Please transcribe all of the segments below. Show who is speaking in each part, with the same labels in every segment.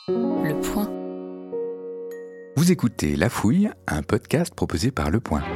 Speaker 1: Le Point.
Speaker 2: Vous écoutez La Fouille, un podcast proposé par Le Point.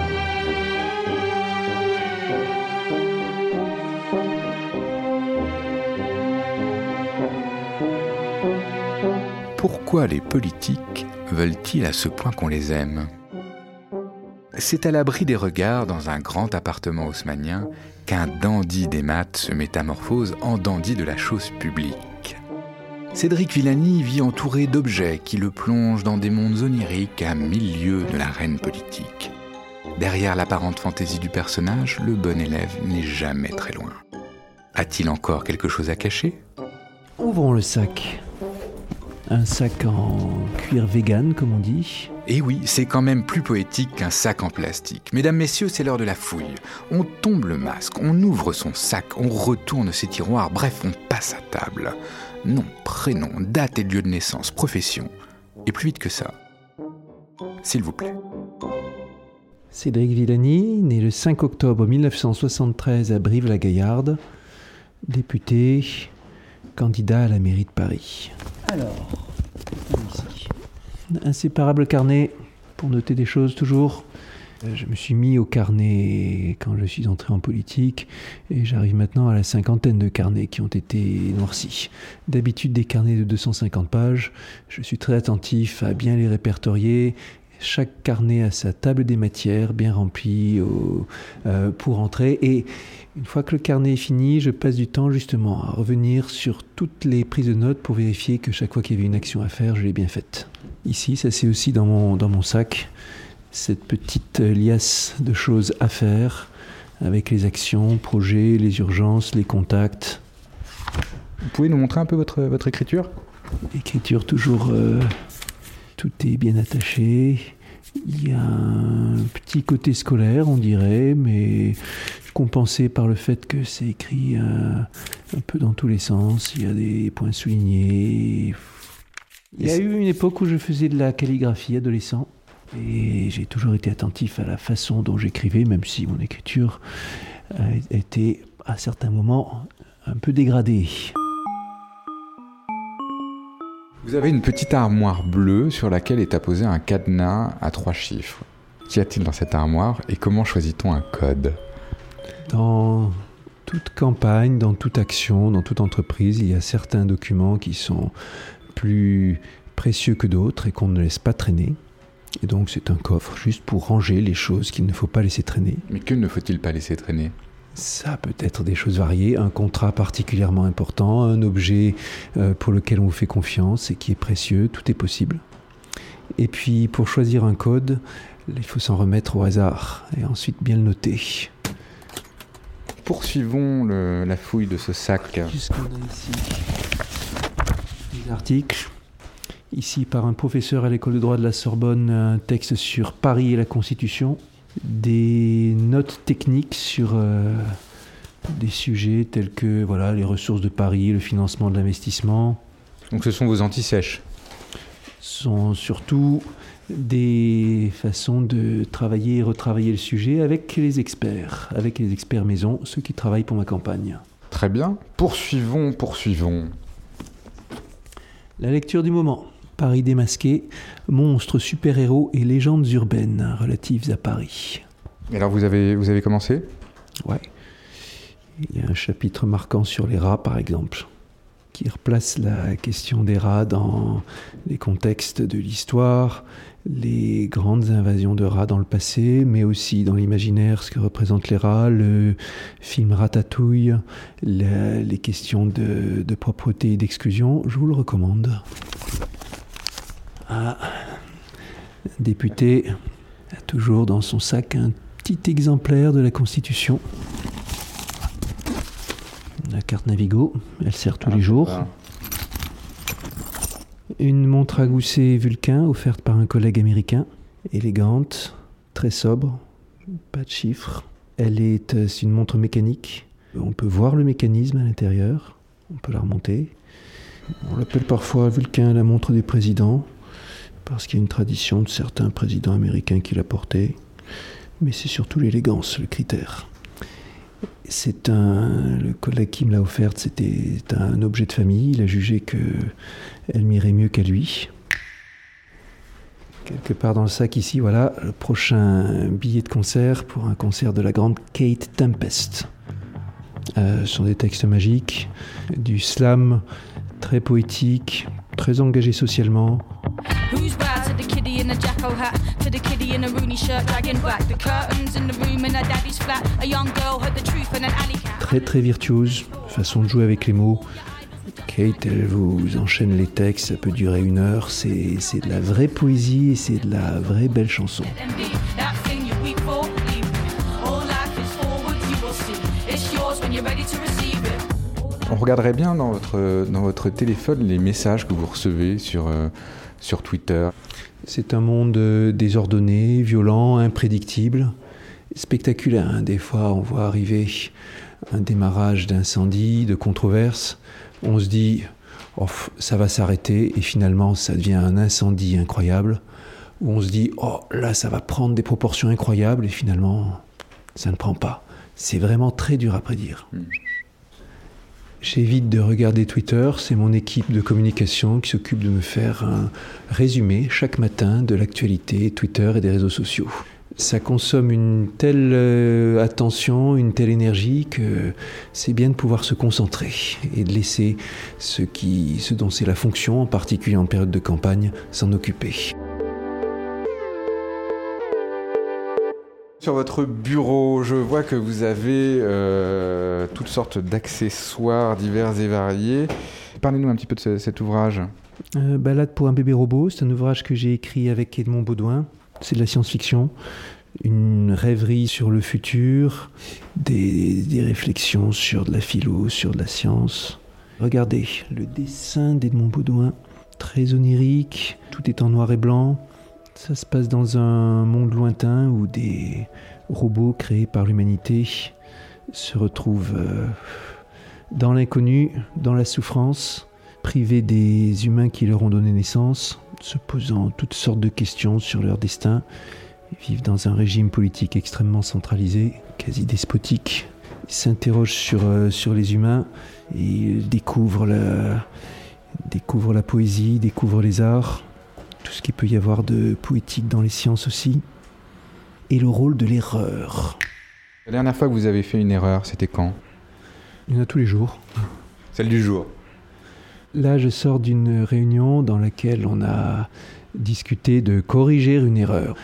Speaker 2: Pourquoi les politiques veulent-ils à ce point qu'on les aime ? C'est à l'abri des regards dans un grand appartement haussmannien qu'un dandy des maths se métamorphose en dandy de la chose publique. Cédric Villani vit entouré d'objets qui le plongent dans des mondes oniriques à 1000 lieues de la reine politique. Derrière l'apparente fantaisie du personnage, le bon élève n'est jamais très loin. A-t-il encore quelque chose à cacher ?
Speaker 3: Ouvrons le sac. Un sac en cuir vegan, comme on dit.
Speaker 2: Et oui, c'est quand même plus poétique qu'un sac en plastique. Mesdames, messieurs, c'est l'heure de la fouille. On tombe le masque, on ouvre son sac, on retourne ses tiroirs, bref, on passe à table. Nom, prénom, date et lieu de naissance, profession. Et plus vite que ça, s'il vous plaît.
Speaker 3: Cédric Villani, né le 5 octobre 1973 à Brive-la-Gaillarde, député, candidat à la mairie de Paris. Alors, ici. Inséparable carnet pour noter des choses toujours. Je me suis mis au carnet quand je suis entré en politique et j'arrive maintenant à la 50aine de carnets qui ont été noircis. D'habitude des carnets de 250 pages, je suis très attentif à bien les répertorier. Chaque carnet a sa table des matières bien remplie pour entrer. Et une fois que le carnet est fini, je passe du temps justement à revenir sur toutes les prises de notes pour vérifier que chaque fois qu'il y avait une action à faire, je l'ai bien faite. Ici, ça c'est aussi dans mon sac, cette petite liasse de choses à faire avec les actions, projets, les urgences, les contacts.
Speaker 2: Vous pouvez nous montrer un peu votre écriture ?
Speaker 3: Écriture toujours... Tout est bien attaché. Il y a un petit côté scolaire, on dirait, mais compensé par le fait que c'est écrit un peu dans tous les sens. Il y a des points soulignés. Il y a eu une époque où je faisais de la calligraphie adolescent et j'ai toujours été attentif à la façon dont j'écrivais, même si mon écriture a été à certains moments un peu dégradée.
Speaker 2: Vous avez une petite armoire bleue sur laquelle est apposé un cadenas à 3 chiffres. Qu'y a-t-il dans cette armoire et comment choisit-on un code ?
Speaker 3: Dans toute campagne, dans toute action, dans toute entreprise, il y a certains documents qui sont plus précieux que d'autres et qu'on ne laisse pas traîner. Et donc c'est un coffre juste pour ranger les choses qu'il ne faut pas laisser traîner.
Speaker 2: Mais que ne faut-il pas laisser traîner ?
Speaker 3: Ça peut être des choses variées, un contrat particulièrement important, un objet pour lequel on vous fait confiance et qui est précieux, tout est possible. Et puis pour choisir un code, il faut s'en remettre au hasard et ensuite bien le noter.
Speaker 2: Poursuivons la fouille de ce sac.
Speaker 3: Qu'est-ce qu'on a ici ? Des articles. Ici par un professeur à l'école de droit de la Sorbonne, un texte sur Paris et la Constitution. Des notes techniques sur des sujets tels que les ressources de Paris, le financement de l'investissement.
Speaker 2: Donc ce sont vos anti-sèches ?
Speaker 3: Ce sont surtout des façons de travailler et retravailler le sujet avec les experts maison, ceux qui travaillent pour ma campagne.
Speaker 2: Très bien. Poursuivons.
Speaker 3: La lecture du moment. Paris démasqué, monstres, super-héros et légendes urbaines relatives à Paris.
Speaker 2: Et alors vous avez commencé ?
Speaker 3: Ouais. Il y a un chapitre marquant sur les rats, par exemple, qui replace la question des rats dans les contextes de l'histoire, les grandes invasions de rats dans le passé, mais aussi dans l'imaginaire, ce que représentent les rats, le film Ratatouille, les questions de propreté et d'exclusion. Je vous le recommande. Un député a toujours dans son sac un petit exemplaire de la Constitution. La carte Navigo, elle sert tous les jours. Une montre à gousset Vulcain offerte par un collègue américain, élégante, très sobre, pas de chiffres. C'est une montre mécanique. On peut voir le mécanisme à l'intérieur, on peut la remonter. On l'appelle parfois Vulcain la montre des présidents, parce qu'il y a une tradition de certains présidents américains qui la portaient. Mais c'est surtout l'élégance, le critère. Le collègue qui me l'a offerte, c'était un objet de famille. Il a jugé qu'elle m'irait mieux qu'à lui. Quelque part dans le sac ici, voilà, le prochain billet de concert pour un concert de la grande Kate Tempest. Ce sont des textes magiques, du slam très poétique, très engagé socialement. Très très virtuose, façon de jouer avec les mots. Kate, elle vous enchaîne les textes, ça peut durer 1 heure, c'est de la vraie poésie et c'est de la vraie belle chanson.
Speaker 2: On regarderait bien dans votre téléphone les messages que vous recevez sur Twitter.
Speaker 3: C'est un monde désordonné, violent, imprédictible, spectaculaire. Hein. Des fois, on voit arriver un démarrage d'incendie, de controverse. On se dit, oh, ça va s'arrêter, et finalement, ça devient un incendie incroyable. Où on se dit, oh, là, ça va prendre des proportions incroyables, et finalement, ça ne prend pas. C'est vraiment très dur à prédire. J'évite de regarder Twitter, c'est mon équipe de communication qui s'occupe de me faire un résumé chaque matin de l'actualité Twitter et des réseaux sociaux. Ça consomme une telle attention, une telle énergie que c'est bien de pouvoir se concentrer et de laisser ce dont c'est la fonction, en particulier en période de campagne, s'en occuper.
Speaker 2: Sur votre bureau, je vois que vous avez toutes sortes d'accessoires divers et variés. Parlez-nous un petit peu de cet ouvrage.
Speaker 3: Balade pour un bébé robot, c'est un ouvrage que j'ai écrit avec Edmond Baudouin. C'est de la science-fiction, une rêverie sur le futur, des réflexions sur de la philo, sur de la science. Regardez, le dessin d'Edmond Baudouin, très onirique, tout est en noir et blanc. Ça se passe dans un monde lointain où des robots créés par l'humanité se retrouvent dans l'inconnu, dans la souffrance, privés des humains qui leur ont donné naissance, se posant toutes sortes de questions sur leur destin. Ils vivent dans un régime politique extrêmement centralisé, quasi despotique. Ils s'interrogent sur les humains et ils découvrent la poésie, découvrent les arts, tout ce qu'il peut y avoir de poétique dans les sciences aussi, et le rôle de l'erreur.
Speaker 2: La dernière fois que vous avez fait une erreur, c'était quand ?
Speaker 3: Il y en a tous les jours.
Speaker 2: Celle du jour.
Speaker 3: Là, je sors d'une réunion dans laquelle on a discuté de corriger une erreur.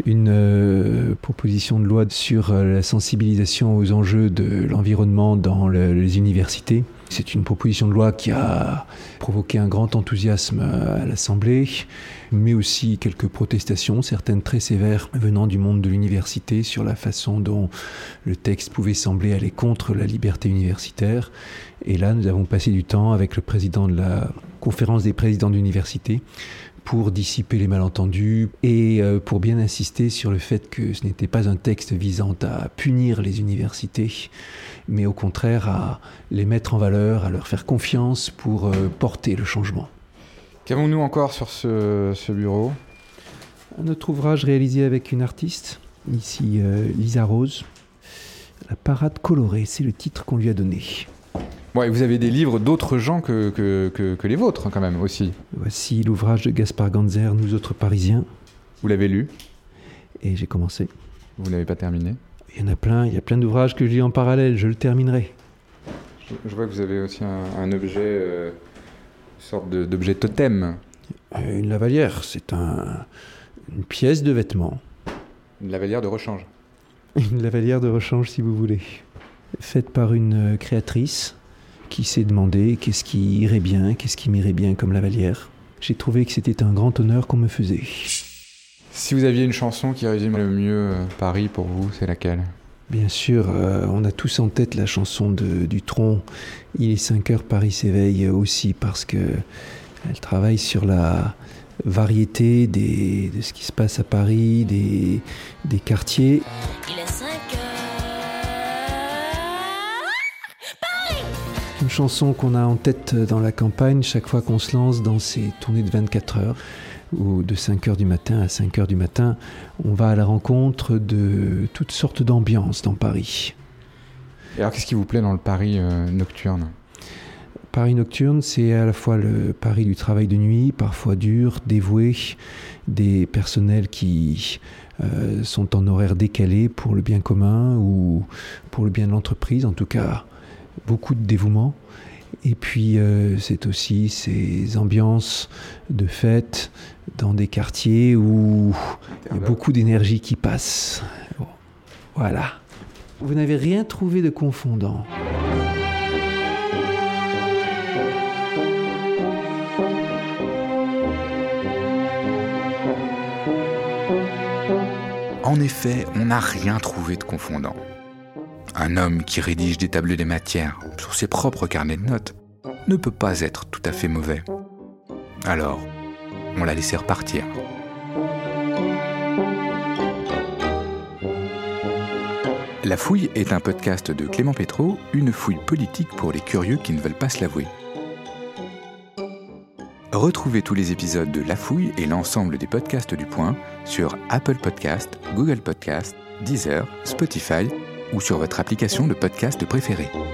Speaker 3: Une proposition de loi sur la sensibilisation aux enjeux de l'environnement dans les universités. C'est une proposition de loi qui a provoqué un grand enthousiasme à l'Assemblée, mais aussi quelques protestations, certaines très sévères, venant du monde de l'université sur la façon dont le texte pouvait sembler aller contre la liberté universitaire. Et là, nous avons passé du temps avec le président de la conférence des présidents d'université pour dissiper les malentendus et pour bien insister sur le fait que ce n'était pas un texte visant à punir les universités, mais au contraire à les mettre en valeur, à leur faire confiance pour porter le changement.
Speaker 2: Qu'avons-nous encore sur ce bureau ?
Speaker 3: Un autre ouvrage réalisé avec une artiste, ici Lisa Rose. La parade colorée, c'est le titre qu'on lui a donné.
Speaker 2: Ouais, vous avez des livres d'autres gens que les vôtres, quand même, aussi.
Speaker 3: Voici l'ouvrage de Gaspard Ganzer, Nous autres Parisiens.
Speaker 2: Vous l'avez lu ?
Speaker 3: Et j'ai commencé.
Speaker 2: Vous ne l'avez pas terminé ?
Speaker 3: Il y en a plein, il y a plein d'ouvrages que je lis en parallèle, je le terminerai.
Speaker 2: Je vois que vous avez aussi un objet, une sorte d'objet totem.
Speaker 3: Une lavalière, c'est une pièce de vêtement.
Speaker 2: Une lavalière de rechange.
Speaker 3: Une lavalière de rechange, si vous voulez. Faite par une créatrice qui s'est demandé qu'est-ce qui irait bien, qu'est-ce qui m'irait bien comme lavalière. J'ai trouvé que c'était un grand honneur qu'on me faisait.
Speaker 2: Si vous aviez une chanson qui résume le mieux Paris pour vous, c'est laquelle ?
Speaker 3: Bien sûr, on a tous en tête la chanson de Dutronc. Il est 5h, Paris s'éveille, aussi parce qu'elle travaille sur la variété de ce qui se passe à Paris, des quartiers.
Speaker 1: Il est 5h.
Speaker 3: Une chanson qu'on a en tête dans la campagne chaque fois qu'on se lance dans ces tournées de 24 heures, où de 5h du matin à 5h du matin, on va à la rencontre de toutes sortes d'ambiances dans Paris.
Speaker 2: Et alors, qu'est-ce qui vous plaît dans le Paris nocturne ?
Speaker 3: Paris nocturne, c'est à la fois le Paris du travail de nuit, parfois dur, dévoué, des personnels qui sont en horaire décalé pour le bien commun ou pour le bien de l'entreprise, en tout cas beaucoup de dévouement. Et puis c'est aussi ces ambiances de fête dans des quartiers où il y a beaucoup d'énergie qui passe. Bon, voilà. Vous n'avez rien trouvé de confondant.
Speaker 2: En effet, on n'a rien trouvé de confondant. Un homme qui rédige des tableaux des matières sur ses propres carnets de notes ne peut pas être tout à fait mauvais. Alors, on l'a laissé repartir. La Fouille est un podcast de Clément Pétraud, une fouille politique pour les curieux qui ne veulent pas se l'avouer. Retrouvez tous les épisodes de La Fouille et l'ensemble des podcasts du Point sur Apple Podcasts, Google Podcasts, Deezer, Spotify ou sur votre application de podcast préférée.